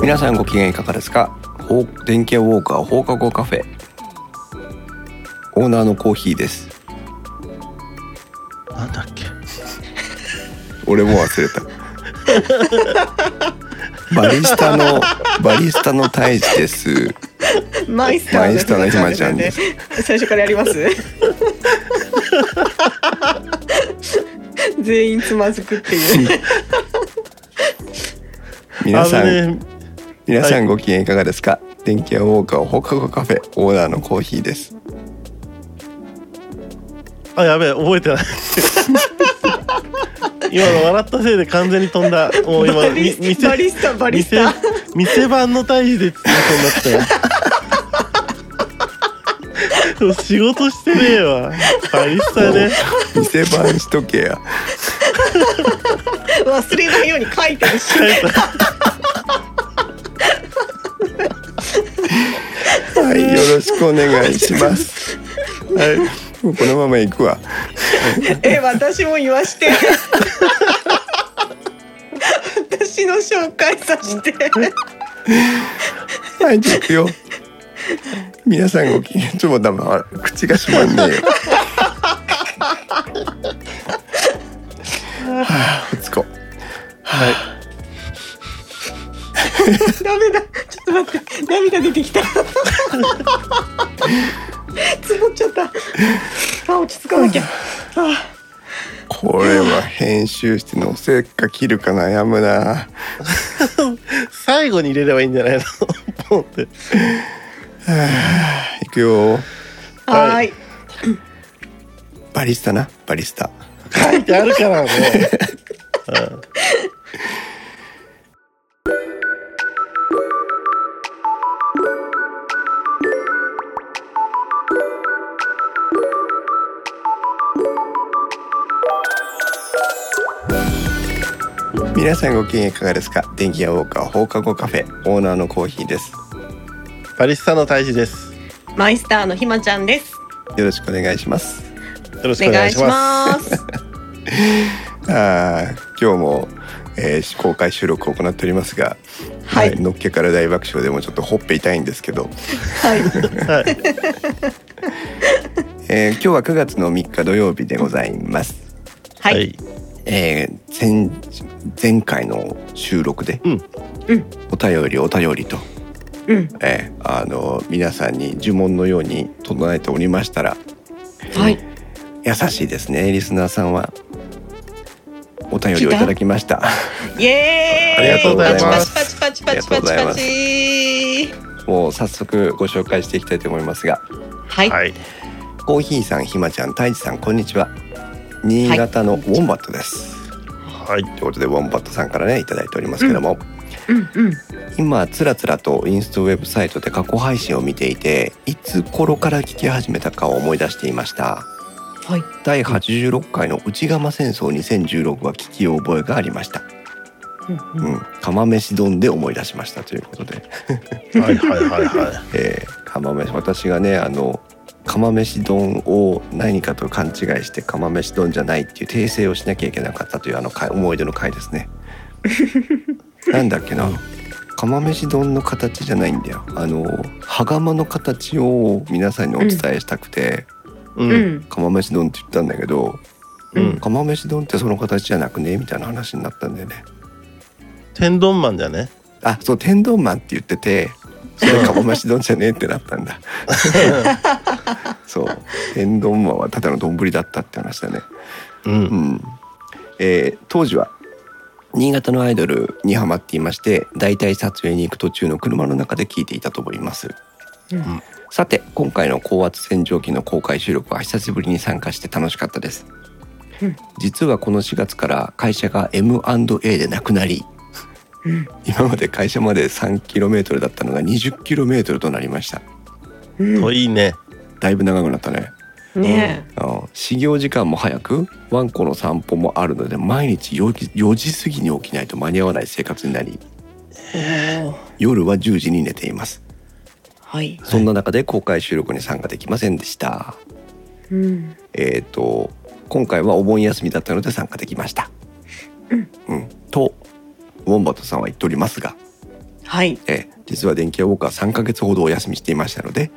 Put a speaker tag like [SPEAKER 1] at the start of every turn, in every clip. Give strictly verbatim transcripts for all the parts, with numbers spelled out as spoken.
[SPEAKER 1] 皆さんご機嫌いかがですか？電気屋ウォーカー放課後カフェオーナーのコーヒーです。
[SPEAKER 2] なんだっけ
[SPEAKER 1] 俺も忘れたバリスタのバリスタの大使です。
[SPEAKER 3] マイスターの
[SPEAKER 1] マイスターのひまちゃんです。
[SPEAKER 3] 最初からやります全員つまずくっていう
[SPEAKER 1] 皆さん、
[SPEAKER 2] ね、
[SPEAKER 1] 皆さんご機嫌いかがですか？電気屋ウォーカー放課後カフェオーナーのコーヒーです。
[SPEAKER 2] あ、やべえ、覚えてない今の笑ったせいで完全に飛んだ。もう今
[SPEAKER 3] バリスタバリスタバリスタ
[SPEAKER 2] 店, 店番の大使でってそうになったよ仕事してねえわ。バリスタね。
[SPEAKER 1] 店番しとけや
[SPEAKER 3] 忘れないように書いてるし
[SPEAKER 1] はい、よろしくお願いしますはい、もうこのまま行くわ
[SPEAKER 3] え、私も言わして私の紹介させて
[SPEAKER 1] はい、じゃあ行くよ。皆さんご機嫌。ちょっと待って、口が閉まんねえよはあ、ふつこ。はい
[SPEAKER 3] ダメだ、ちょっと待って、涙出てきたつぼっちゃった。あ、落ち着かなきゃ。あ、
[SPEAKER 1] これは編集してのせっか切るか悩むな
[SPEAKER 2] 最後に入れればいいんじゃないのポンって。
[SPEAKER 1] はあ、いくよ。
[SPEAKER 3] はい。
[SPEAKER 1] バリスタな、バリスタ。
[SPEAKER 2] 書いてあるからね。うん
[SPEAKER 1] 皆さんご機嫌いかがですか？電気屋ウォーカー放課後カフェオーナーのコーヒーです。
[SPEAKER 2] バリスタの大使です。
[SPEAKER 3] マイスターのひまちゃんです。
[SPEAKER 1] よろしくお願いします。
[SPEAKER 2] よろしくお願いします。
[SPEAKER 1] あ、今日も、えー、公開収録を行っておりますが、
[SPEAKER 3] はい、
[SPEAKER 1] はい、のっけから大爆笑でもちょっとほっぺ痛いんですけど、
[SPEAKER 3] はい
[SPEAKER 2] はい
[SPEAKER 1] えー、今日はくがつのみっか土曜日でございます。
[SPEAKER 3] はい、
[SPEAKER 2] はい
[SPEAKER 1] えー、前, 前回の収録で、
[SPEAKER 2] うん、
[SPEAKER 1] お便りお便りと、
[SPEAKER 3] うん
[SPEAKER 1] えー、あの皆さんに呪文のように唱えておりましたら、
[SPEAKER 3] はい、
[SPEAKER 1] 優しいですね、リスナーさんはお便りをいただきました。
[SPEAKER 3] イエーイ、
[SPEAKER 1] ありがとうございます。
[SPEAKER 3] パチパチパチパチパチパチ。
[SPEAKER 1] もう早速ご紹介していきたいと思いますが、
[SPEAKER 3] はい、
[SPEAKER 2] はい、
[SPEAKER 1] コーヒーさん、ひまちゃん、たいじさん、こんにちは。新潟のウォンバットです、
[SPEAKER 2] はい、
[SPEAKER 1] ということでウォンバットさんからねいただいておりますけども、
[SPEAKER 3] うんうんうん、
[SPEAKER 1] 今つらつらとインストウェブサイトで過去配信を見ていて、いつ頃から聞き始めたかを思い出していました。
[SPEAKER 3] はい、
[SPEAKER 1] だいはちじゅうろっかいの内釜戦争にせんじゅうろくは聞き覚えがありました。
[SPEAKER 3] うんうん
[SPEAKER 1] うん、釜飯丼で思い出しましたということで
[SPEAKER 2] はいはいはいはい、
[SPEAKER 1] えー、釜飯、私がね、あの釜飯丼を何かと勘違いして釜飯丼じゃないっていう訂正をしなきゃいけなかったというあの思い出の回ですねなんだっけな、釜飯丼の形じゃないんだよ。あの羽釜の形を皆さんにお伝えしたくて、
[SPEAKER 2] うん
[SPEAKER 3] うん、
[SPEAKER 1] 釜飯丼って言ったんだけど、
[SPEAKER 2] うん、
[SPEAKER 1] 釜飯丼ってその形じゃなくねみたいな話になったんだよね。
[SPEAKER 2] 天丼マンじゃね。
[SPEAKER 1] あ、そう、天丼マンって言ってて、それ釜飯丼じゃねえってなったんだそう、天丼マンはただの丼だったって話だね。
[SPEAKER 2] うん、
[SPEAKER 1] うん、えー、当時は新潟のアイドルにハマっていまして、大体撮影に行く途中の車の中で聞いていたと思います、
[SPEAKER 3] うん、
[SPEAKER 1] さて今回の高圧洗浄機の公開収録は久しぶりに参加して楽しかったです、うん、実はこのしがつから会社が エムアンドエー でなくなり、うん、今まで会社まで さんキロメートル だったのが にじゅっキロメートル となりました、
[SPEAKER 2] うん、遠いね。
[SPEAKER 1] だいぶ長くなったね。
[SPEAKER 3] ねえ、
[SPEAKER 1] うん、始業時間も早く、ワンコの散歩もあるので毎日よじ過ぎに起きないと間に合わない生活になり、夜はじゅうじに寝ています、
[SPEAKER 3] はい、
[SPEAKER 1] そんな中で公開収録に参加できませんでした、うん、えーと今回はお盆休みだったので参加できました、うんうん、とウォンバットさんは言っておりますが、
[SPEAKER 3] はい。
[SPEAKER 1] えー、実は電気屋ウォーカーさんかげつほどお休みしていましたので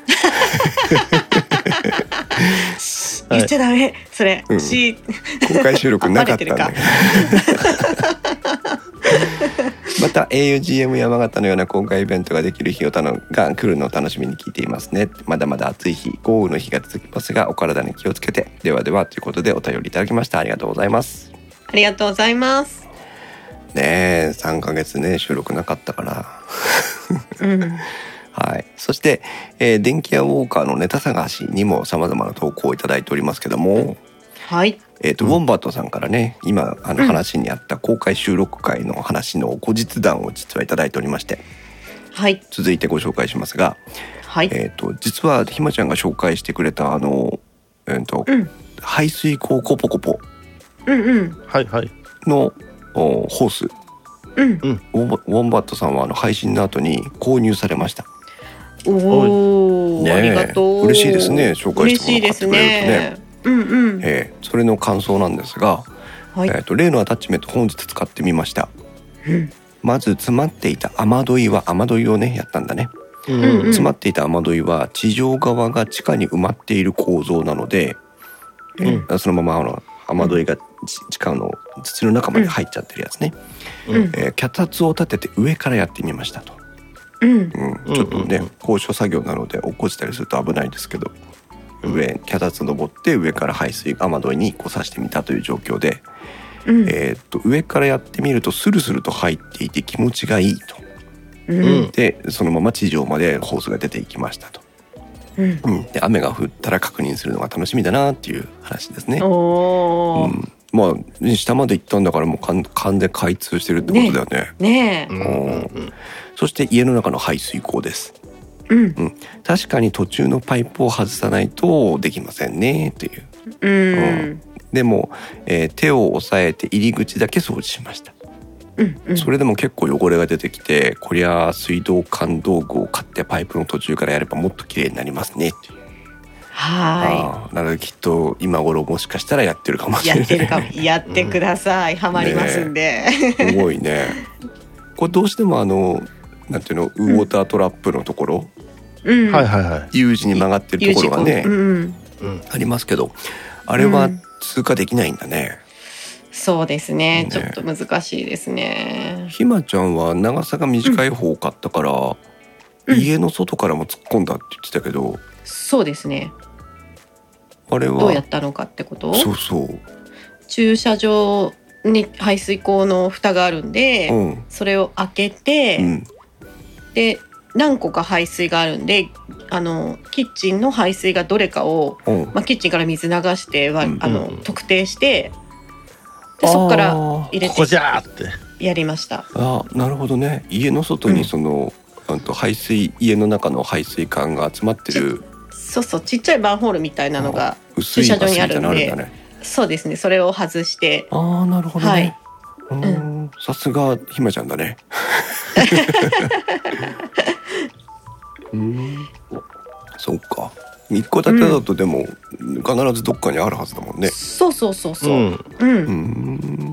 [SPEAKER 3] 言っちゃダメ、それ、
[SPEAKER 1] うん、
[SPEAKER 3] し
[SPEAKER 1] 公開収録なかったんだけどまた エーユージーエム 山形のような公開イベントができる日をたのが来るのを楽しみに聞いていますね。まだまだ暑い日、豪雨の日が続きますがお体に気をつけて。ではではということでお便りいただきました。ありがとうございます。
[SPEAKER 3] ありがとうございます
[SPEAKER 1] ねえ、さんかげつね収録なかったから
[SPEAKER 3] うん
[SPEAKER 1] はい、そして、えー、電気屋ウォーカーのネタ探しにも様々な投稿をいただいておりますけども、
[SPEAKER 3] はい、
[SPEAKER 1] えーと、うん、ウォンバットさんからね、今あの話にあった公開収録会の話の後日談を実はいただいておりまして、
[SPEAKER 3] はい、
[SPEAKER 1] 続いてご紹介しますが、
[SPEAKER 3] はい、
[SPEAKER 1] えーと、実はひまちゃんが紹介してくれたあの、えーとうん、排水口コポコポ
[SPEAKER 3] うんうん
[SPEAKER 2] はいはい
[SPEAKER 1] のホース、
[SPEAKER 3] うん、
[SPEAKER 1] ウォンバットさんはあの配信の後に購入されました。
[SPEAKER 3] おー、ね、ありがとう。
[SPEAKER 1] 嬉しいですね、紹介してもらってくれるとね。
[SPEAKER 3] うんうん、
[SPEAKER 1] えー、それの感想なんですが、はい、えーと例のアタッチメント本日使ってみました、うん、まず詰まっていた雨どいは雨どいをねやったんだね、うんうん、詰まっていた雨どいは地上側が地下に埋まっている構造なので、うん、そのままあの雨どいが地下の土の中まで入っちゃってるやつね、うんえー、脚立を立てて上からやってみましたと、うんうん、ちょっとね高所作業なので落っこちたりすると危ないですけど、上脚立登って上から排水雨どいにこう刺してみたという状況で、うんえー、っと上からやってみるとスルスルと入っていて気持ちがいいと、うん、でそのまま地上までホースが出ていきましたと、うんうん、で雨が降ったら確認するのが楽しみだなっていう話ですね。お、うん、まあ下まで行ったんだからもう完完全開通してるってことだよね。
[SPEAKER 3] ねえ、
[SPEAKER 1] うん、そして家の中の排水口です。うんうん、確かに途中のパイプを外さないとできませんねという、うんうん、でも、えー、手を押さえて入り口だけ掃除しました、うんうん、それでも結構汚れが出てきて、こりゃ水道管道具を買ってパイプの途中からやればもっと綺麗になりますねという。はい。なのできっと今頃もしかしたらやってるかもしれない。やってるかも。
[SPEAKER 3] やってください、うん、ハマりますんで、
[SPEAKER 1] ね、すごいね。これどうしてもあのなんていうのウォータートラップのところ、うん、はいはいはい、U 字に曲がってるところがね、うんうん、ありますけど、あれは通過できないんだね。
[SPEAKER 3] うん、そうですね、ね、ちょっと難しいですね。
[SPEAKER 1] ひまちゃんは長さが短い方を買ったから、うん、家の外からも突っ込んだって言ってたけど、
[SPEAKER 3] そうですね。
[SPEAKER 1] あれは
[SPEAKER 3] どうやったのかってこと？
[SPEAKER 1] そうそう。
[SPEAKER 3] 駐車場に排水口の蓋があるんで、うん、それを開けて、うん、で何個か排水があるんで、あのキッチンの排水がどれかを、うんまあ、キッチンから水流しては、うん、あの特定してでそこから入れて
[SPEAKER 2] ここじゃーって
[SPEAKER 3] やりました。
[SPEAKER 1] あ、なるほどね。家の外にその、うん、排水家の中の排水管が集まってる、
[SPEAKER 3] そうそう、ちっちゃいマンホールみたいなのが駐車場にあるんで、ね、そうですね、それを外して。
[SPEAKER 1] ああ、なるほどね、はい、うん、さすがひまちゃんだねうん、そうか。一戸建てだとでも必ずどっかにあるはずだもんね、うん、
[SPEAKER 3] そうそうそうそう、うんうん、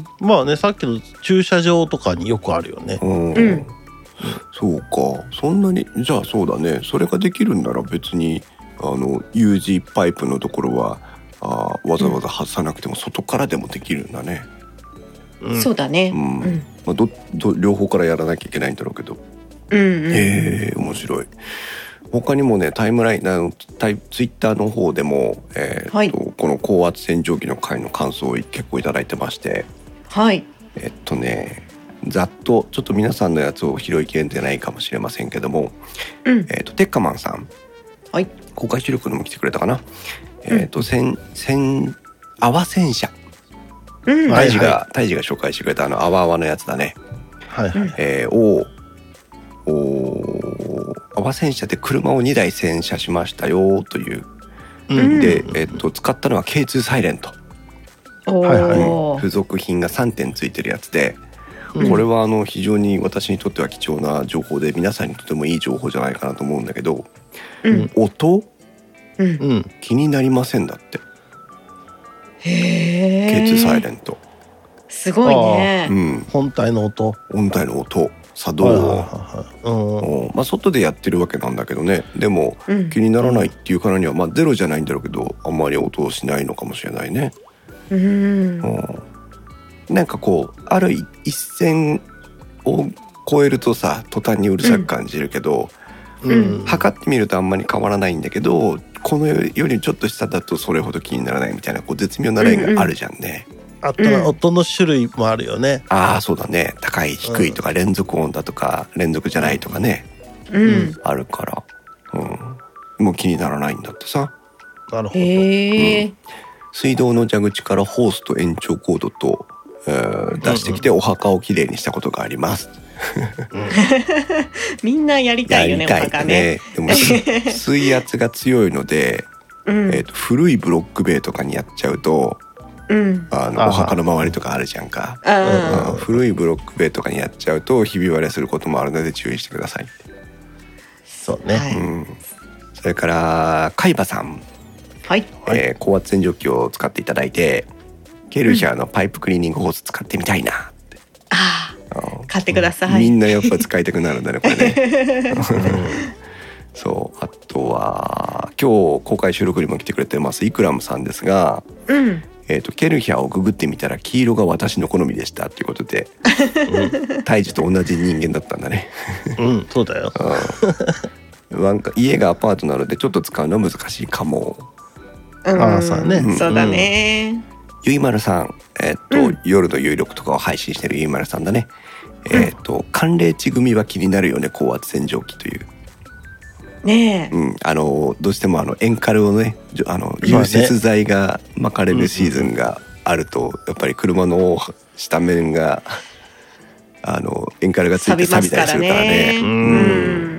[SPEAKER 2] まあね、さっきの駐車場とかによくあるよね、うんうん、
[SPEAKER 1] そうか。そんなに、じゃあそうだね、それができるんなら別にあの U 字パイプのところはあわざわざ外さなくても外からでもできるんだね、
[SPEAKER 3] うん、そうだね、うんうん
[SPEAKER 1] まあ、どど両方からやらなきゃいけないんだろうけど、うんうん、へえ面白い。他にもね、タイムラインあのタイツイッターの方でも、えーとはい、この高圧洗浄機の回の感想を結構いただいてまして、
[SPEAKER 3] はい
[SPEAKER 1] えっとねざっとちょっと皆さんのやつを拾いきれてないかもしれませんけども、うんえー、とテッカマンさん、はい、公開収録のも来てくれたかな、うん、えっと洗洗泡洗車、うん、大治が大治が紹介してくれたあの泡泡のやつだね、はいはいえー、を泡洗車で車をにだい洗車しましたよという、うん、で、えー、と使ったのは ケーツー サイレント、はいはい、付属品がさんてんついてるやつで、うん、これはあの非常に私にとっては貴重な情報で皆さんにとてもいい情報じゃないかなと思うんだけど、うん、音、うん、気になりませんだって。
[SPEAKER 3] へー
[SPEAKER 1] ケーツー サイレント
[SPEAKER 3] すごいね、
[SPEAKER 2] うん、本体の音
[SPEAKER 1] 本体の音作動を、まあ外でやってるわけなんだけどね。でも、うん、気にならないっていうからには、まあゼロじゃないんだろうけど、あんまり音をしないのかもしれないね。うん、うんなんかこうある一線を超えるとさ途端にうるさく感じるけど、うんうん、測ってみるとあんまり変わらないんだけどこのよりちょっと下だとそれほど気にならないみたいなこう絶妙なラインがあるじゃんね。
[SPEAKER 2] うんうんあとは音の種類もあるよね。
[SPEAKER 1] ああそうだね高い低いとか連続音だとか連続じゃないとかね、うん、あるから、うん、もう気にならないんだってさ。
[SPEAKER 2] なるほど、
[SPEAKER 3] へー、うん、
[SPEAKER 1] 水道の蛇口からホースと延長コードと、えー、出してきてお墓をきれいにしたことがあります、
[SPEAKER 3] うん、みんなやりたいよね。
[SPEAKER 1] やりたいね。でも水圧が強いので、うんえー、と古いブロック塀とかにやっちゃうとうん、あのお墓の周りとかあるじゃんか、うん、古いブロック塀とかにやっちゃうとひび割れすることもあるので注意してください。
[SPEAKER 2] そうね、
[SPEAKER 1] うん、それから海馬さん、
[SPEAKER 3] はい
[SPEAKER 1] えー、高圧洗浄機を使っていただいてケルヒャーのパイプクリーニングホース使ってみたいなって、
[SPEAKER 3] うん、ああ買ってください。
[SPEAKER 1] みんなやっぱ使いたくなるんだねこれねそうあとは今日公開収録にも来てくれてますイクラムさんですが、うんえー、とケルヒャーをググってみたら黄色が私の好みでしたということで、うん、胎児と同じ人間だったんだね
[SPEAKER 2] うんそうだよ
[SPEAKER 1] なんか家がアパートなのでちょっと使うのは難しいかも。
[SPEAKER 3] うんあそうね、うん、そうだね。
[SPEAKER 1] ゆいまるさん、えーとうん、夜の有力とかを配信してるゆいまるさんだね、うん、えっ、ー、と寒冷地組は気になるよね高圧洗浄機という
[SPEAKER 3] ねえ、
[SPEAKER 1] うん、あのどうしてもあのエンカルをねあの融雪剤が巻かれるシーズンがあると、やっぱり車の下面があのエンカルがついて錆びたりするからね。うん、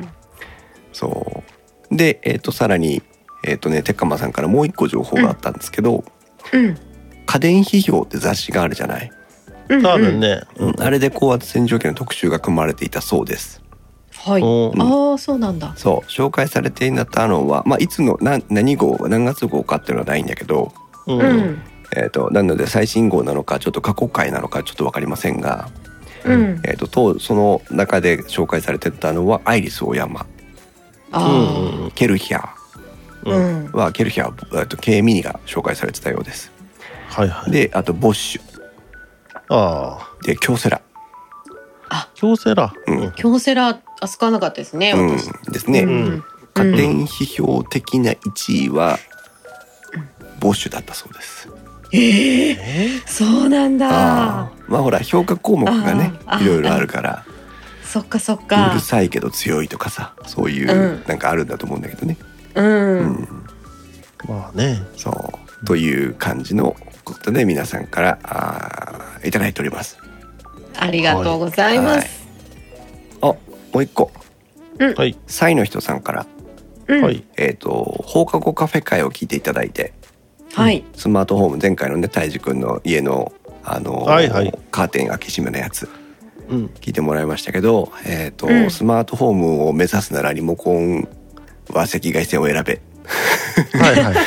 [SPEAKER 1] そうで、えー、とさらに、えーとね、てっかまさんからもう一個情報があったんですけど、うん、家電批評って雑誌があるじゃない。
[SPEAKER 2] 多分ね、
[SPEAKER 1] うん、あれで高圧洗浄機の特集が組まれていたそうです。
[SPEAKER 3] はい、うん、ああそうなんだ。
[SPEAKER 1] そう紹介されていたのは、まあ、いつのな何号何月号かっていうのはないんだけど、うんえー、となので最新号なのかちょっと過去回なのかちょっと分かりませんが、うんえー、と当その中で紹介されてたのはアイリスオーヤマ、あケルヒャーは、うん、ケルヒャーと K ミニが紹介されてたようです。
[SPEAKER 2] はいはい、
[SPEAKER 1] であとボッシュ
[SPEAKER 2] あ
[SPEAKER 1] で京セラ
[SPEAKER 3] あ
[SPEAKER 2] 京セラ、
[SPEAKER 3] うん、京セラあ使わなかったですね、
[SPEAKER 1] うん、ですね、うん、家電批評的ないちいは、うん、ボッシュだったそうです。
[SPEAKER 3] えー、えー、そうなんだ。
[SPEAKER 1] あまあほら評価項目がねいろいろあるから
[SPEAKER 3] そっかそっか
[SPEAKER 1] うるさいけど強いとかさそういう、うん、なんかあるんだと思うんだけどね、うん、
[SPEAKER 2] うん、まあね
[SPEAKER 1] そうという感じのことで皆さんからあいただいております。
[SPEAKER 3] ありがとうございます、
[SPEAKER 1] はい、あもう一個、
[SPEAKER 3] うん、はい、
[SPEAKER 1] サイの人さんから、うん、えっ、ー、と放課後カフェ会を聞いていただいて、はい、スマートホーム前回のねたいじくんの家の、あのーはいはい、カーテン開け閉めのやつ、うん、聞いてもらいましたけど、えーとうん、スマートホームを目指すならリモコンは赤外線を選べはいはい、はい、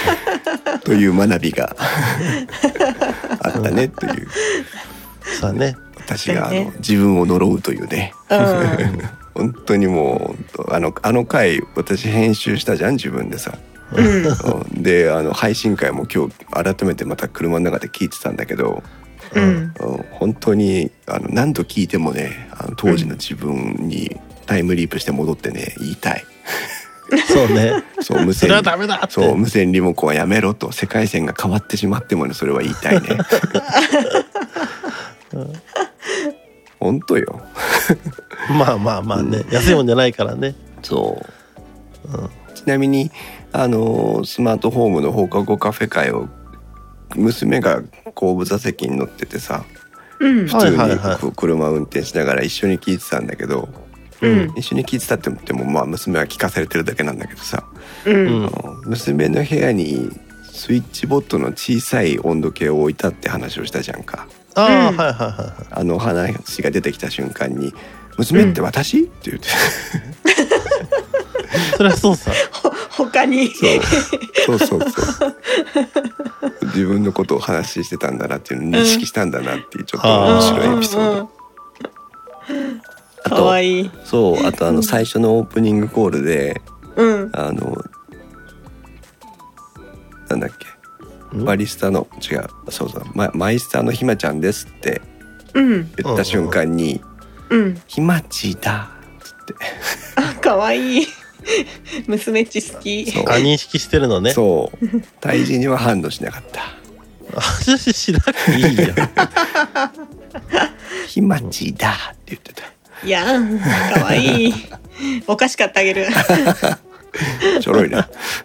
[SPEAKER 1] という学びがあったねという、
[SPEAKER 2] そうね
[SPEAKER 1] 私があの自分を呪うというね、うん、本当にもうあのあの回私編集したじゃん自分でさ、うん、であの配信会も今日改めてまた車の中で聞いてたんだけど、うん、本当にあの何度聞いてもねあの当時の自分にタイムリープして戻ってね言いたい。
[SPEAKER 2] そうね。
[SPEAKER 1] そう無線
[SPEAKER 2] それはダメだって。
[SPEAKER 1] そう無線リモコンはやめろと世界線が変わってしまってもねそれは言いたいね。本当よ。
[SPEAKER 2] まあまあまあね、うん、安いもんじゃないからね。
[SPEAKER 1] そう、うん、ちなみにあのスマートホームの放課後カフェ会を娘が後部座席に乗っててさ、うん、普通に車を運転しながら一緒に聞いてたんだけど、うん、一緒に聞いてたって言ってもまあ娘は聞かされてるだけなんだけどさ、うん、娘の部屋にスイッチボットの小さい温度計を置いたって話をしたじゃんか。
[SPEAKER 2] ああ、うん、はいはいはい。
[SPEAKER 1] あの話が出てきた瞬間に娘って私、うん、って言って
[SPEAKER 2] それはそうさ
[SPEAKER 3] 他に
[SPEAKER 1] そうそうそうそう自分のことを話してたんだなっていうのを認識したんだなっていうちょっと面白いエピソード、うん、ああと
[SPEAKER 3] かわいい。
[SPEAKER 1] そうあとあの最初のオープニングコールで、
[SPEAKER 3] うん、
[SPEAKER 1] あのなんだっけバリスタの違うそうそう、ま、マイスターのひまちゃんですって言った瞬間に、うん、ひまちだっつって
[SPEAKER 3] あかわいい娘っち好き。
[SPEAKER 2] あ認識してるのね。
[SPEAKER 1] そう胎児には反応しなかった。
[SPEAKER 2] 私しなくていいじゃん
[SPEAKER 1] ひまちだって言ってた。
[SPEAKER 3] いやかわいいお菓子買ってあげる
[SPEAKER 1] ちょろいな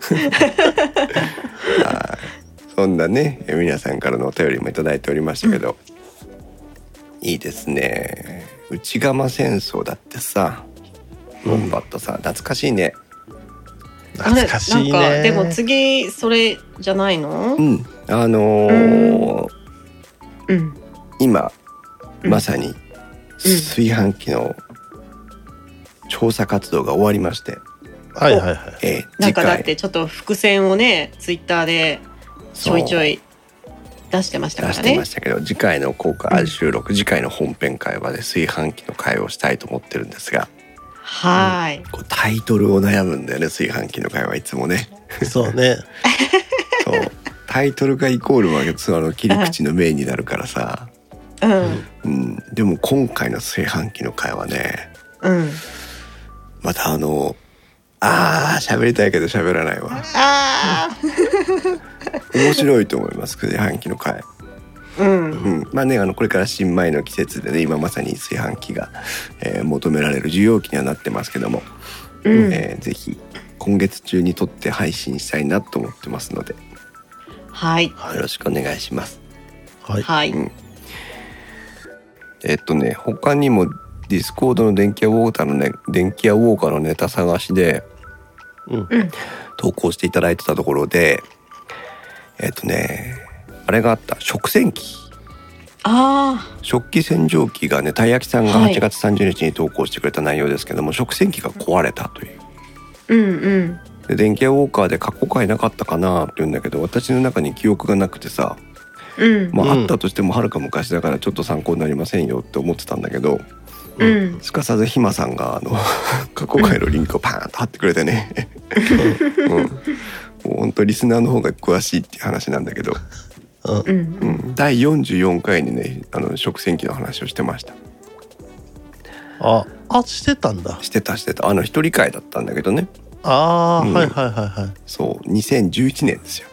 [SPEAKER 1] そんなね皆さんからのお便りもいただいておりましたけど、うん、いいですね。内釜戦争だってさウォンバットさん懐かしいね。
[SPEAKER 2] 懐かしいね。
[SPEAKER 3] なんかでも次それじゃないの？
[SPEAKER 1] うんあのーうん、今、うん、まさに炊飯器の調査活動が終わりまして、
[SPEAKER 2] はいはいはい、
[SPEAKER 3] えー、なんかだってちょっと伏線をねツイッターでちょいちょい出してましたからね。
[SPEAKER 1] 出してましたけど次回の公開収録、うん、次回の本編会はで、ね、炊飯器の会をしたいと思ってるんですが、
[SPEAKER 3] はい、うん、
[SPEAKER 1] こうタイトルを悩むんだよね炊飯器の会はいつもね。
[SPEAKER 2] そうね
[SPEAKER 1] そうタイトルがイコールはあの切り口のメインになるからさ、うんうん、でも今回の炊飯器の会はね、うん、またあのあー喋りたいけど喋らないわ。あ面白いと思います炊飯器の会、うんうん、まあねあのこれから新米の季節でね今まさに炊飯器が、えー、求められる需要期にはなってますけども、うんえー、ぜひ今月中に撮って配信したいなと思ってますので、
[SPEAKER 3] はい、
[SPEAKER 1] よろしくお願いします。
[SPEAKER 3] はい、うん、
[SPEAKER 1] えっとね他にもディスコードの電気屋ウォーカーのね電気屋ウォーカーのネタ探しで、うん、投稿していただいてたところでえっとねあれがあった食洗機。
[SPEAKER 3] あ
[SPEAKER 1] 食器洗浄機がねたい焼きさんがはちがつさんじゅうにちに投稿してくれた内容ですけども、はい、食洗機が壊れたという、うんうんで電気屋ウォーカーで過去回なかったかなって言うんだけど私の中に記憶がなくてさ、うんまあ、あったとしてもはるか昔だからちょっと参考になりませんよって思ってたんだけど、うん、すかさずひまさんがあの過去回のリンクをパーンと貼ってくれてね、うん、もう本当リスナーの方が詳しいっていう話なんだけど、うんうん、だいよんじゅうよんかいにねあの食洗機の話をしてました。
[SPEAKER 2] ああしてたんだ。
[SPEAKER 1] してたしてたあの一人会だったんだけどね。
[SPEAKER 2] ああ、うん、はいはいはいはい。
[SPEAKER 1] そうにせんじゅういちねんですよ、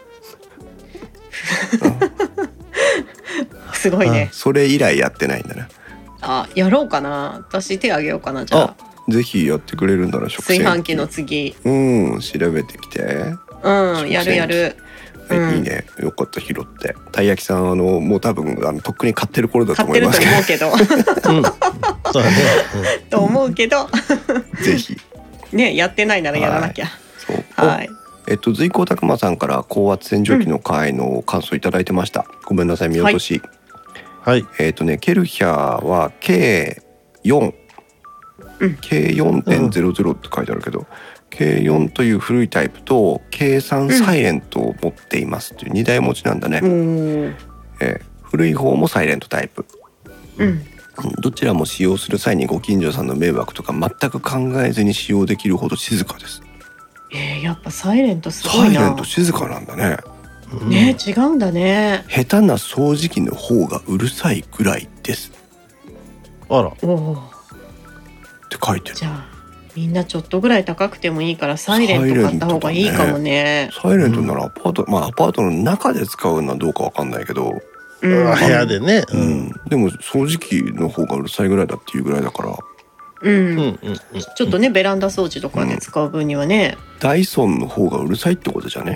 [SPEAKER 3] うん、すごいね。
[SPEAKER 1] それ以来やってないんだな。
[SPEAKER 3] あやろうかな私手あげようかなじゃあ。
[SPEAKER 1] あぜひやってくれるんだな食洗機。
[SPEAKER 3] 炊飯器の次
[SPEAKER 1] うん調べてきて。
[SPEAKER 3] うんやるやる。
[SPEAKER 1] はいうん、いいねよかった拾ってたい焼きさんあのもう多分あのとっくに買ってる頃だと思いますけど。
[SPEAKER 3] 買ってると思うけど、うん、
[SPEAKER 2] そうだね、
[SPEAKER 3] うん、と思うけど
[SPEAKER 1] ぜひ
[SPEAKER 3] ねやってないならやらなきゃ。はい
[SPEAKER 1] そうはいえっと随光拓磨さんから高圧洗浄機の回の感想いただいてました、うん、ごめんなさい見落とし。
[SPEAKER 2] はい、
[SPEAKER 1] えっとねケルヒャーは ケーよん、うん、ケーよんてんゼロゼロ って書いてあるけど、うん、ケーよん という古いタイプと ケーさん サイレントを持っていますというにだい持ちなんだね、うんえー、古い方もサイレントタイプ、うん、どちらも使用する際にご近所さんの迷惑とか全く考えずに使用できるほど静かです。
[SPEAKER 3] えー、やっぱサイレントすごいな。
[SPEAKER 1] サイレント静かなんだね。
[SPEAKER 3] うん、ね違うんだね。
[SPEAKER 1] 下手な掃除機の方がうるさいぐらいです。
[SPEAKER 2] あら
[SPEAKER 3] お
[SPEAKER 1] って書いてる。
[SPEAKER 3] じゃあみんなちょっとぐらい高くてもいいからサイレント買った方がいいかもね。
[SPEAKER 1] サイレントならアパート、うん、まあアパートの中で使うのはどうかわかんないけど、
[SPEAKER 2] うん、部屋でね、
[SPEAKER 1] うん、でも掃除機の方がうるさいぐらいだっていうぐらいだから、
[SPEAKER 3] うんうんうん、ちょっとねベランダ掃除とかで使う分にはね、
[SPEAKER 1] うん、ダイソンの方がうるさいってことじゃね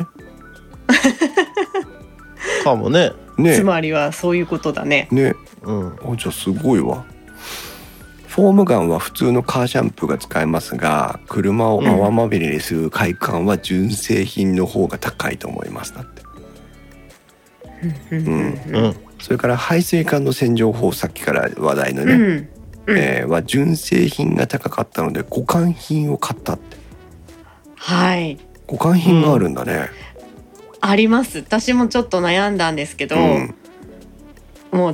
[SPEAKER 2] かもね。
[SPEAKER 1] ね
[SPEAKER 3] つまりはそういうことだね。
[SPEAKER 1] ね、うん、あじゃあすごいわ。フォームガンは普通のカーシャンプーが使えますが車を泡まみれにする快感は純正品の方が高いと思いますだって、うんうん、それから排水管の洗浄法さっきから話題のね、うんうんえー、は純正品が高かったので互換品を買ったって。
[SPEAKER 3] はい
[SPEAKER 1] 互換品があるんだね、
[SPEAKER 3] うん、あります。私もちょっと悩んだんですけど、うん、もう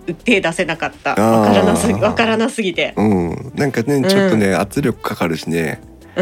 [SPEAKER 3] 手出せなかった。わからなすぎわからなすぎて、
[SPEAKER 1] うん、なんかねちょっとね、うん、圧力かかるしね、
[SPEAKER 3] うん、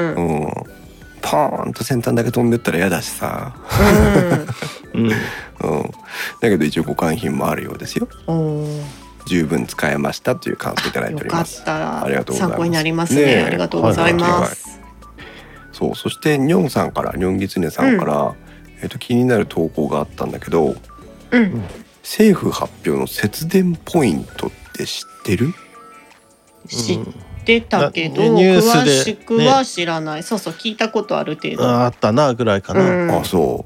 [SPEAKER 3] うん、
[SPEAKER 1] ポーンと先端だけ飛んでったら嫌だしさ、うんうん、だけど一応互換品もあるようですよ。十分使えましたという感想いただいております。
[SPEAKER 3] よかった。
[SPEAKER 1] ありがとうございます。
[SPEAKER 3] 参考になりますね。ね、ありがとうございます。はいはい、
[SPEAKER 1] そう、そしてニョンさんからニョンギツネさんから、うん、えーと、気になる投稿があったんだけど、
[SPEAKER 3] うん、
[SPEAKER 1] 政府発表の節電ポイントって知ってる？
[SPEAKER 3] 知ってたけど、うん、詳しくは知らない、ね、そうそう聞いたことある程度
[SPEAKER 2] あ, あったなぐらいかな、
[SPEAKER 3] うん、
[SPEAKER 1] あ、そう、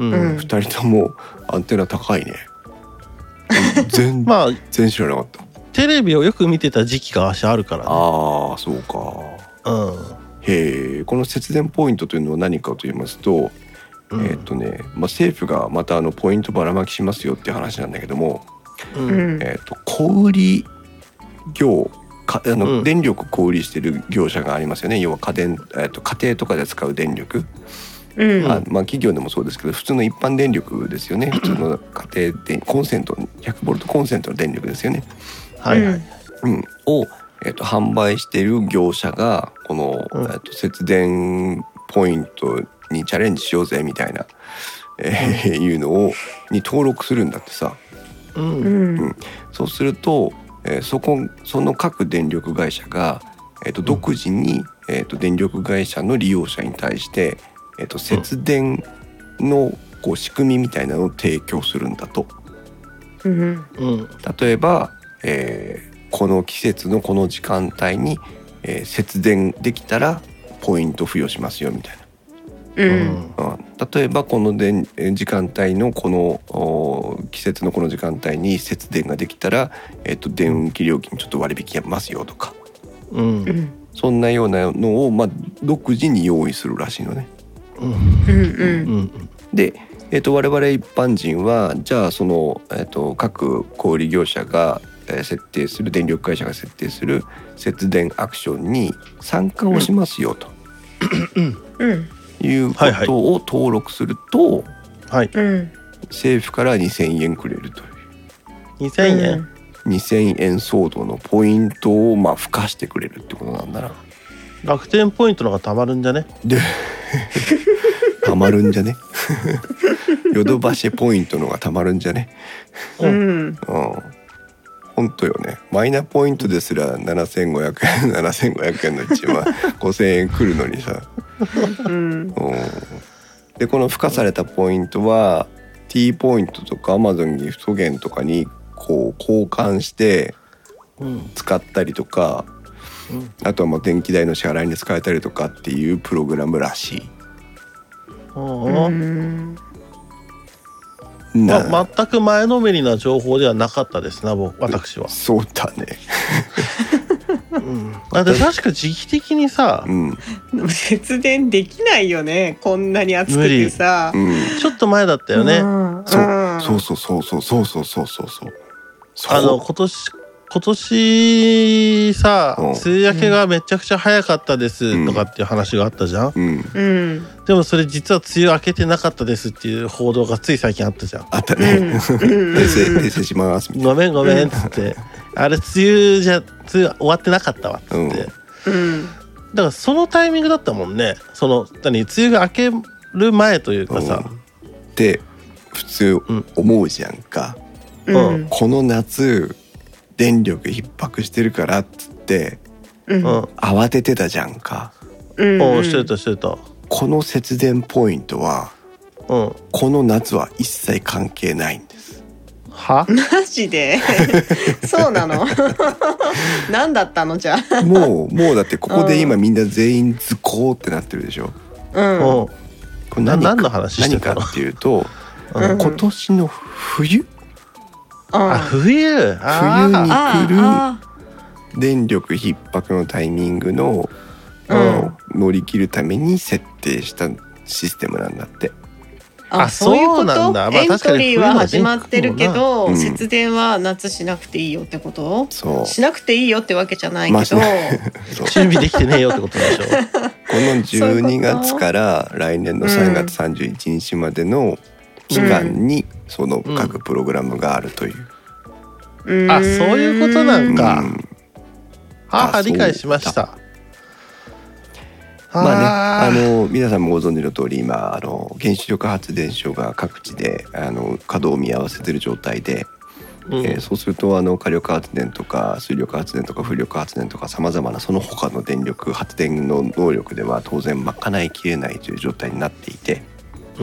[SPEAKER 1] うん、ふたりともアンテナ高いね。全然、まあ、知らなかった。
[SPEAKER 2] テレビをよく見てた時期が足あるからね。
[SPEAKER 1] ああ、そうか、うん、へえ。この節電ポイントというのは何かと言いますと、うん、えーとねまあ、政府がまたあのポイントばらまきしますよっていう話なんだけども、うん、えーと小売業かあの、うん、電力小売してる業者がありますよね。要は家電、えーと家庭とかで使う電力、うん、あまあ、企業でもそうですけど普通の一般電力ですよね。普通の家庭でコンセントひゃくボルトコンセントの電力ですよね。
[SPEAKER 2] はいはい、
[SPEAKER 1] うん、を、えーと販売している業者がこの、うん、えーと節電ポイントにチャレンジしようぜみたいな、えー、いうのをに登録するんだってさ、
[SPEAKER 3] うんうん、
[SPEAKER 1] そうすると、えー、そこその各電力会社が、えー、と独自に、えー、と電力会社の利用者に対して、えー、と節電のこう仕組みみたいなのを提供するんだと、
[SPEAKER 3] うん、
[SPEAKER 1] 例えば、えー、この季節のこの時間帯に、えー、節電できたらポイント付与しますよみたいな。
[SPEAKER 3] うん、
[SPEAKER 1] 例えばこの電時間帯のこの季節のこの時間帯に節電ができたら、えー、と電気料金ちょっと割引ますよとか、
[SPEAKER 2] うん、
[SPEAKER 1] そんなようなのを、まあ、独自に用意するらしいのね。
[SPEAKER 3] うんうん、
[SPEAKER 1] で、えー、と我々一般人はじゃあその、えー、と各小売業者が設定する電力会社が設定する節電アクションに参加をしますよと、
[SPEAKER 3] うんうん
[SPEAKER 1] いうことを登録すると、
[SPEAKER 2] はい、
[SPEAKER 1] 政府からにせんえんくれるという
[SPEAKER 2] にせんえん、
[SPEAKER 1] にせんえん相当のポイントをまあ付加してくれるってことなんだな。
[SPEAKER 2] 楽天ポイントのがたまるんじゃね？
[SPEAKER 1] でたまるんじゃね？ヨドバシポイントのがたまるんじゃね？
[SPEAKER 3] うん、うん、
[SPEAKER 1] 本当よね。マイナポイントですらななせんごひゃくえんななせんごひゃくえんのうちはごせんえんくるのにさ、
[SPEAKER 3] うん、
[SPEAKER 1] でこの付加されたポイントは T ポイントとか Amazon ギフト券とかにこう交換して使ったりとか、うん、あとはまあ電気代の支払いに使えたりとかっていうプログラムらしい。
[SPEAKER 3] うん
[SPEAKER 2] まあ、全く前のめりな情報ではなかったですな、僕私は。
[SPEAKER 1] そうだね。
[SPEAKER 2] うん、だって確か時期的にさ、
[SPEAKER 1] うん、
[SPEAKER 3] 節電できないよね、こんなに暑くてさ、
[SPEAKER 1] うん、
[SPEAKER 2] ちょっと前だったよね、うん、
[SPEAKER 1] そうそうそうそうそうそうそうそうそう
[SPEAKER 2] あの今年今年さ、うん、梅雨明けがめちゃくちゃ早かったですとかっていう話があったじゃん、
[SPEAKER 1] うん
[SPEAKER 3] うん、
[SPEAKER 2] でもそれ実は梅雨明けてなかったですっていう報道がつい最近あったじゃん。
[SPEAKER 1] あったね。訂正訂正しますみたいな。
[SPEAKER 2] ごめんごめんっつってあれ梅雨じゃ梅雨終わってなかったわっつって、
[SPEAKER 3] うん、
[SPEAKER 2] だからそのタイミングだったもんね。その何梅雨が明ける前というかさ、
[SPEAKER 1] うん、で普通思うじゃんか、
[SPEAKER 3] うん、
[SPEAKER 1] この夏電力逼迫してるからっつって、
[SPEAKER 3] うん、
[SPEAKER 1] 慌ててたじゃんか、
[SPEAKER 2] うんうん、してたしてた。
[SPEAKER 1] この節電ポイントは、
[SPEAKER 2] うん、
[SPEAKER 1] この夏は一切関係ないんです。
[SPEAKER 2] は？
[SPEAKER 3] マジで？そうなの？何だったのじゃあ。
[SPEAKER 1] もうもうだってここで今みんな全員ズコーってなってるでしょ。
[SPEAKER 3] うん。
[SPEAKER 2] これ 何, 何の話してたの？
[SPEAKER 1] 何かっていうと、
[SPEAKER 2] うん、
[SPEAKER 1] 今年の冬。
[SPEAKER 2] あ、冬。
[SPEAKER 1] 冬に来る電力逼迫のタイミングの、うん、乗り切るために設定したシステムなんだって。
[SPEAKER 3] あ、そういうこと。
[SPEAKER 2] なんだ。
[SPEAKER 3] まあ、エントリーは始まってるけど、
[SPEAKER 1] うん、
[SPEAKER 3] 節電は夏しなくていいよってこと？
[SPEAKER 1] そう。
[SPEAKER 3] しなくていいよってわけじゃないけど、ま
[SPEAKER 2] あ、準備できてねえよってことでしょ。
[SPEAKER 1] このじゅうにがつから来年のさんがつさんじゅういちにちまでの期間にその各プログラムがあるという。
[SPEAKER 3] う
[SPEAKER 2] あ、そういうことなんか。はあ、理解しました。
[SPEAKER 1] まあね、あの皆さんもご存知の通り今あの原子力発電所が各地であの稼働を見合わせている状態で、うん、えー、そうするとあの火力発電とか水力発電とか風力発電とかさまざまなその他の電力発電の能力では当然賄いきれないという状態になっていて、うん、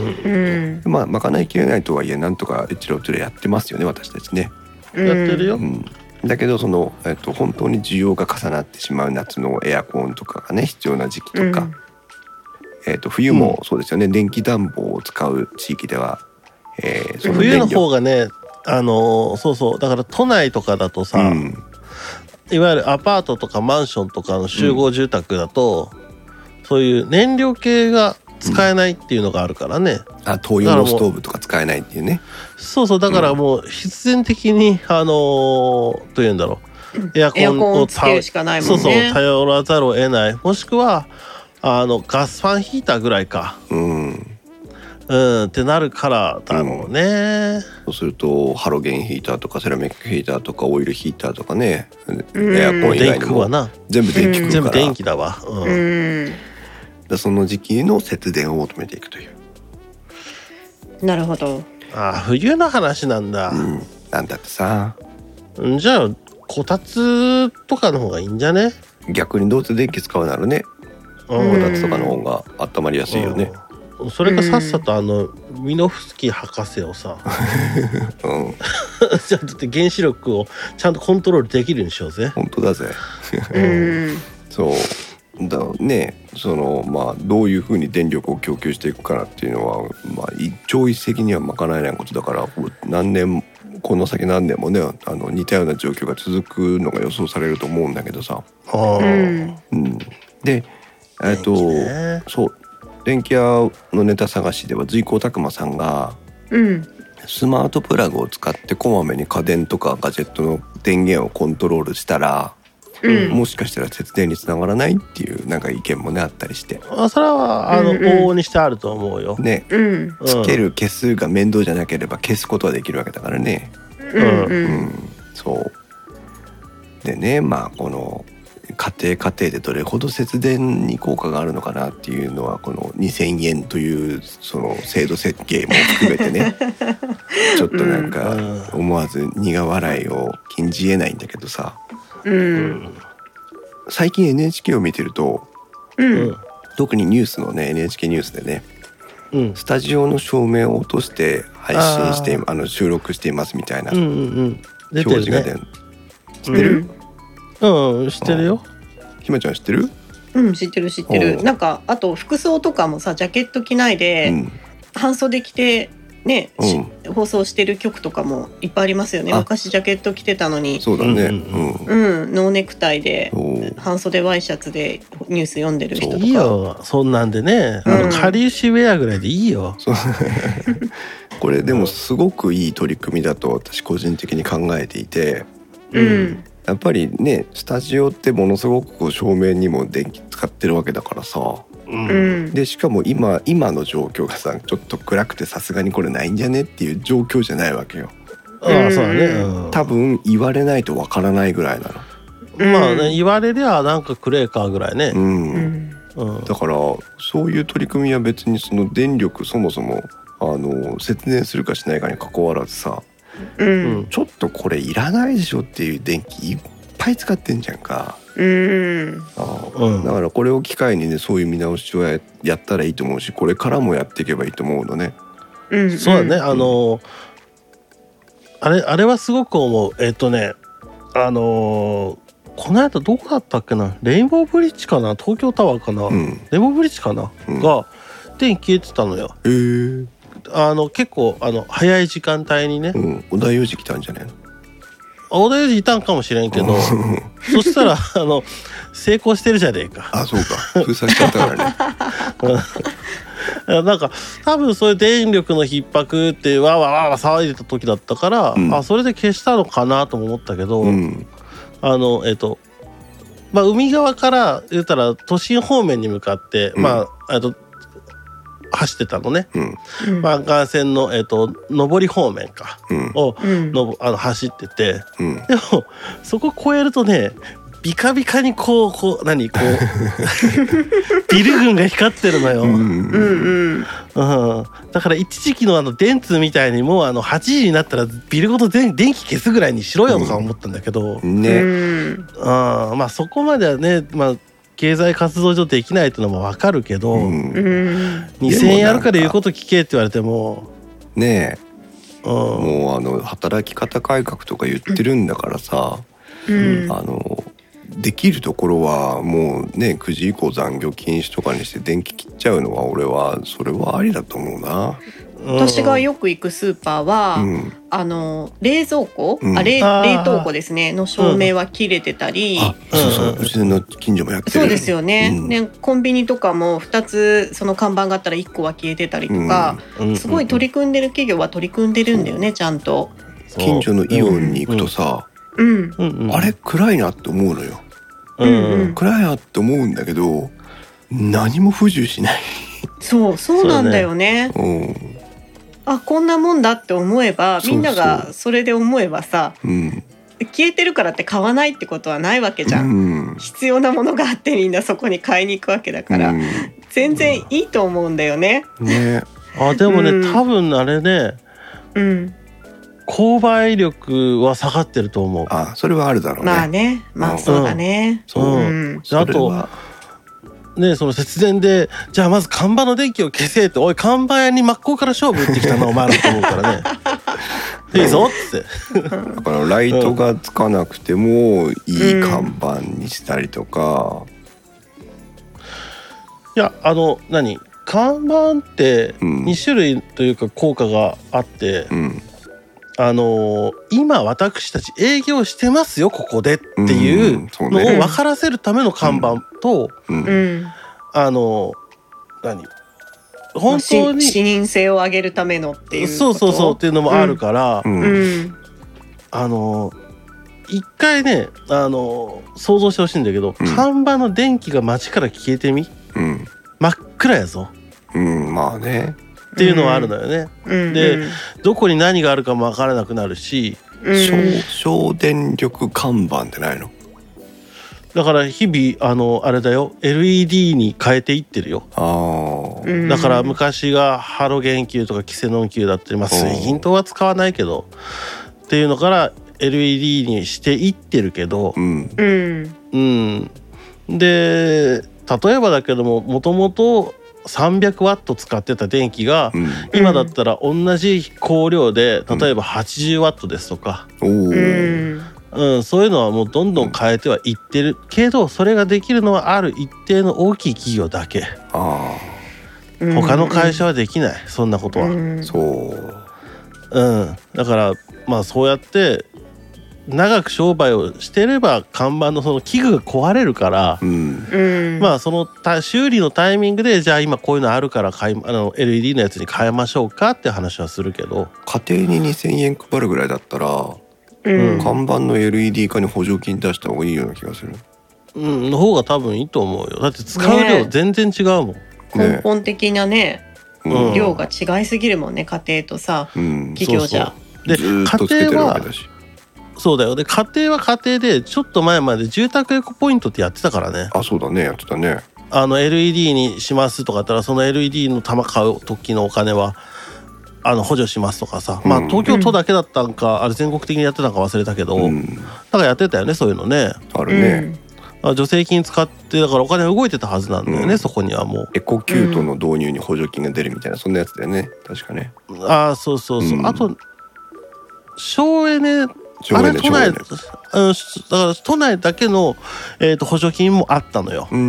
[SPEAKER 1] まあ賄いきれないとはいえなんとか一郎とやってますよね私たちね。
[SPEAKER 2] やってるよ。うん、
[SPEAKER 1] だけどその、えっと、本当に需要が重なってしまう夏のエアコンとかがね必要な時期とか、うん、えっと、冬もそうですよね、うん、電気暖房を使う地域では、
[SPEAKER 2] えー、その冬の方がね、あのー、そうそうだから都内とかだとさ、うん、いわゆるアパートとかマンションとかの集合住宅だと、うん、そういう燃料系が使えないっていうのがあるからね、
[SPEAKER 1] うん、あ灯油のストーブとか使えないっていうね。
[SPEAKER 2] そうそうだからもう必然的にあのー、というんだろうエアコンを
[SPEAKER 3] つけるしかないもんね。
[SPEAKER 2] そうそう頼らざるを得ない、もしくはあのガスファンヒーターぐらいか、うんうんってなるからだろうね、
[SPEAKER 1] うん、そうするとハロゲンヒーターとかセラミックヒーターとかオイルヒーターとかね、エアコン以外にも全部電気食うから、
[SPEAKER 2] 全部電気だわ、うん、
[SPEAKER 1] だその時期の節電を求めていくという。
[SPEAKER 3] なるほど。
[SPEAKER 2] ああ冬の話なんだ、うん、
[SPEAKER 1] なんだってさ。
[SPEAKER 2] じゃあこたつとかの方がいいんじゃね。
[SPEAKER 1] 逆にどうせ電気使うならねこたつとかの方が温まりやすいよね。
[SPEAKER 2] うん、それがさっさとあのミノフスキー博士をさ、うん、ちゃんと原子力をちゃんとコントロールできるようにしようぜ。
[SPEAKER 1] 本当だぜ。そうだね、そのまあどういうふうに電力を供給していくかなっていうのは、まあ、一朝一夕には賄えないことだから何年この先何年もねあの似たような状況が続くのが予想されると思うんだけどさ。あ、うん、でえっとそう電気屋のネタ探しでは随光拓磨さんが、うん、スマートプラグを使ってこまめに家電とかガジェットの電源をコントロールしたら、うん、もしかしたら節電につながらないっていうなんか意見もねあったりして、
[SPEAKER 2] あそれはあの、うんうん、往々にしてあると思うよ
[SPEAKER 1] ね、うん、つける消すが面倒じゃなければ消すことはできるわけだからね、うんうんうん、そうでね、まあこの家庭家庭でどれほど節電に効果があるのかなっていうのはこのにせんえんというその制度設計も含めてねちょっとなんか思わず苦笑いを禁じ得ないんだけどさ、うん、最近 エヌエイチケー を見てると、うん、特にニュースのね エヌエイチケー ニュースでね、うん、スタジオの照明を落として配信してあの収録していますみたいな表示が出る、知ってる？
[SPEAKER 2] うん、知ってるよ。
[SPEAKER 1] ひまちゃん知ってる？
[SPEAKER 3] うん、知ってる知ってる。なんかあと服装とかもさ、ジャケット着ないで、うん、半袖着てね、うん、放送してる曲とかもいっぱいありますよね。昔ジャケット着てたのに、
[SPEAKER 1] そうだね、うん、
[SPEAKER 3] うん、ノーネクタイで半袖ワイシャツでニュース読んでる人とか。
[SPEAKER 2] いいよ、そんなんでね、うん、あのかりゆしウェアぐらいでいいよ。
[SPEAKER 1] これでもすごくいい取り組みだと私個人的に考えていて、うん。やっぱりねスタジオってものすごくこう照明にも電気使ってるわけだからさ、うん、でしかも今今の状況がさちょっと暗くてさすがにこれないんじゃねっていう状況じゃないわけよ。
[SPEAKER 2] ああそうだね、うん、
[SPEAKER 1] 多分言われないとわからないぐらいな
[SPEAKER 2] の。まあね言われりゃなんか暗いかぐらいね、
[SPEAKER 1] うんうん、だからそういう取り組みは別にその電力そもそもあの節電するかしないかに関わらずさ、うん、ちょっとこれいらないでしょっていう電気いっぱい使ってんじゃんか、うんあうん、だからこれを機会にねそういう見直しを や, やったらいいと思うしこれからもやっていけばいいと思うのね、
[SPEAKER 2] うん、そうだね、あのあれあれはすごく思う。えっとねあのこの間どこだったっけな、レインボーブリッジかな、東京タワーかな、うん、レインボーブリッジかな、うん、が電気消えてたのよ。へー、あの結構あの早い時間帯にね、うん、
[SPEAKER 1] 小田裕二来たんじゃないの？
[SPEAKER 2] 小田裕二いたんかもしれんけどそしたらあの成功してるじゃねえか。
[SPEAKER 1] あ、そうか、封鎖しちゃったからね
[SPEAKER 2] なんか多分そういう電力の逼迫ってわわわわ騒いでた時だったから、うん、あそれで消したのかなとも思ったけど、うん、あのえっとまあ海側から言ったら都心方面に向かって、うん、まあえっと走ってたのね、
[SPEAKER 3] うん、
[SPEAKER 2] 湾岸線の、えーと、上り方面か、うん、を、うん、のあの走ってて、うん、でもそこ越えるとねビカビカにこうこう何こうビル群が光ってるのよ、うんうんうん、だから一時期のあの電通みたいにもうあのはちじになったらビルごと電気消すぐらいにしろよとか思ったんだけど、
[SPEAKER 1] うん、ね、うん、
[SPEAKER 2] まあそこまではね、まあ経済活動上できないっていうのも分かるけど、うん、にせんえんあるから言うこと聞けって言われても
[SPEAKER 1] ねえ、うん、もうあの働き方改革とか言ってるんだからさ、うん、あのできるところはもうねくじ以降残業禁止とかにして電気切っちゃうのは俺はそれはありだと思うな。
[SPEAKER 3] 私がよく行くスーパーは、うん、あの冷蔵庫、うん、あ 冷, 冷凍庫ですねの照明は切れてたり、うん、
[SPEAKER 1] あそうそううちの近所もやってる。
[SPEAKER 3] そうですよね、うん、ねコンビニとかもふたつその看板があったらいっこは消えてたりとか、うん、すごい取り組んでる企業は取り組んでるんだよね、ちゃんと。
[SPEAKER 1] 近所のイオンに行くとさ、うんうん、あれ暗いなって思うのよ、うんうん、暗いなって思うんだけど何も不自由しない
[SPEAKER 3] そうそうなんだよね、うんあこんなもんだって思えばみんながそれで思えばさ、そうそう、うん、消えてるからって買わないってことはないわけじゃん、うん、必要なものがあってみんなそこに買いに行くわけだから、うん、全然いいと思うんだよね、
[SPEAKER 2] ねあでもね、うん、多分あれね、うん、購買力は下がってると思う。
[SPEAKER 1] あそれはあるだろうね。
[SPEAKER 3] まあねまあそうだね、うん、そう、うん、
[SPEAKER 2] あとね、その節電でじゃあまず看板の電気を消せっておい看板屋に真っ向から勝負打ってきたなお前らと思うからねいいぞって
[SPEAKER 1] だからライトがつかなくてもいい看板にしたりとか、うん、
[SPEAKER 2] いやあの何看板ってに種類というか効果があって、うん、あの今私たち営業してますよここでっていうのを分からせるための看板と、うんうん、あの何本当に
[SPEAKER 3] 視認性を上げるためのっていう
[SPEAKER 2] そうそうそうっていうのもあるから、うんうん、あの一回ねあの想像してほしいんだけど、うん、看板の電気が街から消えてみ、うん、真っ暗やぞ、
[SPEAKER 1] うん、まあね
[SPEAKER 2] っていうのはあるのよね、うん、で、うん、どこに何があるかも分からなくなるし、
[SPEAKER 1] うん、省電力看板ってないの？
[SPEAKER 2] だから日々あのあれだよ エルイーディー に変えていってるよ。あだから昔がハロゲン球とかキセノン球だったり、まあ、水銀灯は使わないけどっていうのから エルイーディー にしていってるけど、うんうん、で例えばだけどももともとさんびゃくワット使ってた電気が、うん、今だったら同じ光量で例えばはちじゅうワットですとか、うんうん、そういうのはもうどんどん変えてはいってるけどそれができるのはある一定の大きい企業だけ。あ他の会社はできない、うん、そんなことは、うん、そう、うん、だからまあそうやって長く商売をしてれば看板のその器具が壊れるから、うん、まあその修理のタイミングでじゃあ今こういうのあるから買いあの エルイーディー のやつに変えましょうかって話はするけど
[SPEAKER 1] 家庭ににせんえん配るぐらいだったら、うん、看板の エルイーディー 化に補助金出した方がいいような気がする。
[SPEAKER 2] うんの方が多分いいと思うよ。だって使う量全然違うもん、ね、
[SPEAKER 3] 根本的なね、うん、量が違いすぎるもんね家庭とさ、うん、企業じゃ。
[SPEAKER 2] そうそうで家庭はそうだよ。で家庭は家庭でちょっと前まで住宅エコポイントってやってたからね。
[SPEAKER 1] あそうだねやってたね。
[SPEAKER 2] あの エルイーディー にしますとかだったらその エルイーディー の玉買う時のお金はあの補助しますとかさ、うん、まあ東京都だけだったんか、うん、あれ全国的にやってたんか忘れたけど、うん、だからやってたよねそういうのね。
[SPEAKER 1] あるね、
[SPEAKER 2] うん、助成金使ってだからお金動いてたはずなんだよね、うん、そこにはもう
[SPEAKER 1] エコキュートの導入に補助金が出るみたいなそんなやつだよね確かね。
[SPEAKER 2] ああそうそうそう、うん、あと省エネあれ都内、うん、だから都内だけの、えー、と補助金もあったのよ、うん、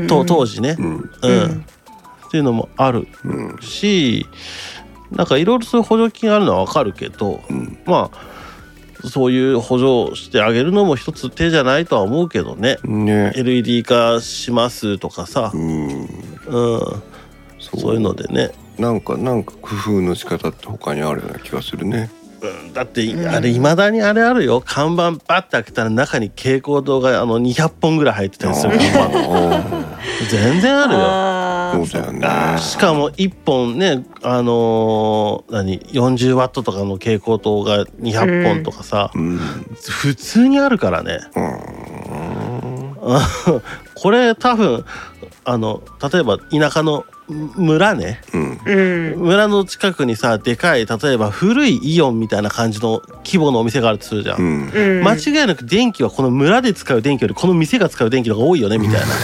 [SPEAKER 2] と当時ね、うんうん、っていうのもあるし、うん、なんかいろいろそういう補助金あるのは分かるけど、うん、まあそういう補助してあげるのも一つ手じゃないとは思うけど ね, ね エルイーディー 化しますとかさ、うんうん、そう、そういうのでね
[SPEAKER 1] なんかなんか工夫の仕方って他にあるような気がするね。
[SPEAKER 2] だってあれ未だにあれあるよ看板バッて開けたら中に蛍光灯があのにひゃっぽんぐらい入ってたりする看板全然あるよ。
[SPEAKER 3] そう
[SPEAKER 1] だよね。
[SPEAKER 2] しかもいっぽんね、あのー、何よんじゅうワットとかの蛍光灯がにひゃっぽんとかさ、うん、普通にあるからね。うん、これ多分あの例えば田舎の村ね、うん、村の近くにさでかい例えば古いイオンみたいな感じの規模のお店があるとするじゃん、うん、間違いなく電気はこの村で使う電気よりこの店が使う電気の方が多いよねみたいな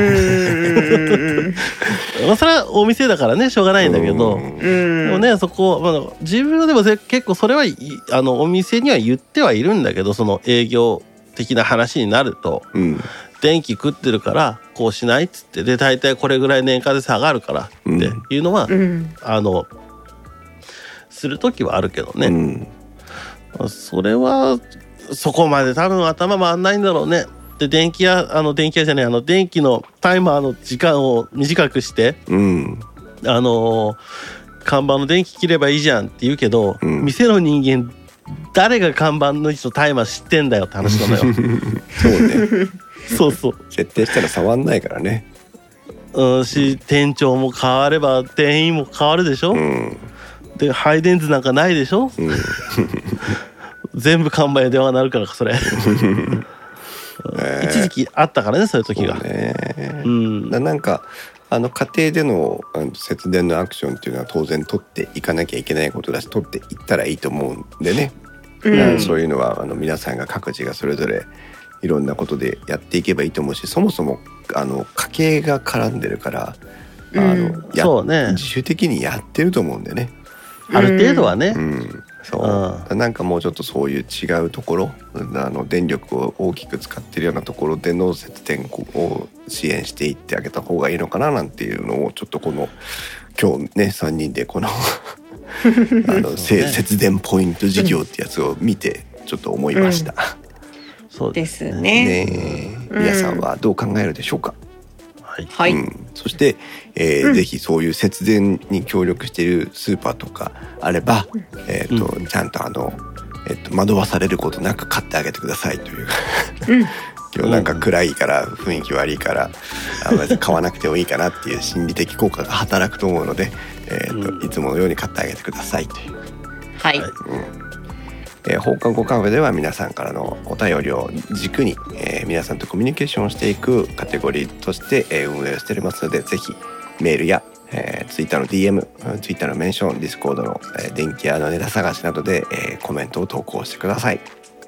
[SPEAKER 2] まあそれはお店だからねしょうがないんだけど、でもねそこ、まあ、自分でも結構それはあのお店には言ってはいるんだけど、その営業的な話になると、うん、電気食ってるからこうしないっつって、で大体これぐらい年間で下がるからっていうのは、うん、あのする時はあるけどね、うん、それはそこまで多分頭回んないんだろうね。で電気屋あの電気屋じゃないあの電気のタイマーの時間を短くして、うん、あの看板の電気切ればいいじゃんって言うけど、うん、店の人間誰が看板の位置とタイマー知ってんだよって話なのよ
[SPEAKER 1] そうね
[SPEAKER 2] そうそう
[SPEAKER 1] 設定したら触んないからね、
[SPEAKER 2] うん、し店長も変われば店員も変わるでしょ、うん、で配電図なんかないでしょ、うん、全部看板や電話になるからそれえー、一時期あったからねそういう時が。そうね、
[SPEAKER 1] うん、な, なんかあの家庭での節電のアクションっていうのは当然取っていかなきゃいけないことだし取っていったらいいと思うんでね、うん、そういうのはあの皆さんが各自がそれぞれいろんなことでやっていけばいいと思うし、そもそもあの家計が絡んでるから、うん、あのやそう、ね、自主的にやってると思うんでね、
[SPEAKER 2] ある程度はね、
[SPEAKER 1] うん、そう、なんかもうちょっとそういう違うところ、あの電力を大きく使ってるようなところでの節電を支援していってあげた方がいいのかななんていうのをちょっとこの今日ねさんにんでこのあの、ね、節電ポイント事業ってやつを見てちょっと思いました、
[SPEAKER 3] うん、そうですね。
[SPEAKER 1] ね、皆さんはどう考えるでしょうか。
[SPEAKER 3] はい、
[SPEAKER 1] うん、そして、えーうん、ぜひそういう節電に協力しているスーパーとかあれば、うんえーとうん、ちゃんとあの、えーと、惑わされることなく買ってあげてくださいという、うん、今日なんか暗いから雰囲気悪いからあ買わなくてもいいかなっていう心理的効果が働くと思うので、えーとうん、いつものように買ってあげてくださいという。
[SPEAKER 3] はい、
[SPEAKER 1] うんえー、放課後カフェでは皆さんからのお便りを軸に、えー、皆さんとコミュニケーションをしていくカテゴリーとして、えー、運営をしておりますので、ぜひメールや、えー、ツイッターの ディーエム、ツイッターのメンション、ディスコードの、えー、電気屋のネタ探しなどで、えー、コメントを投稿してください。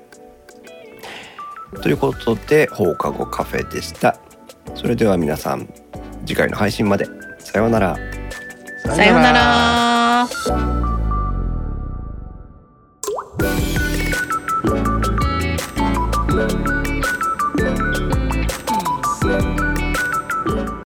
[SPEAKER 1] ということで放課後カフェでした。それでは皆さん次回の配信までさようなら。
[SPEAKER 3] さようなら。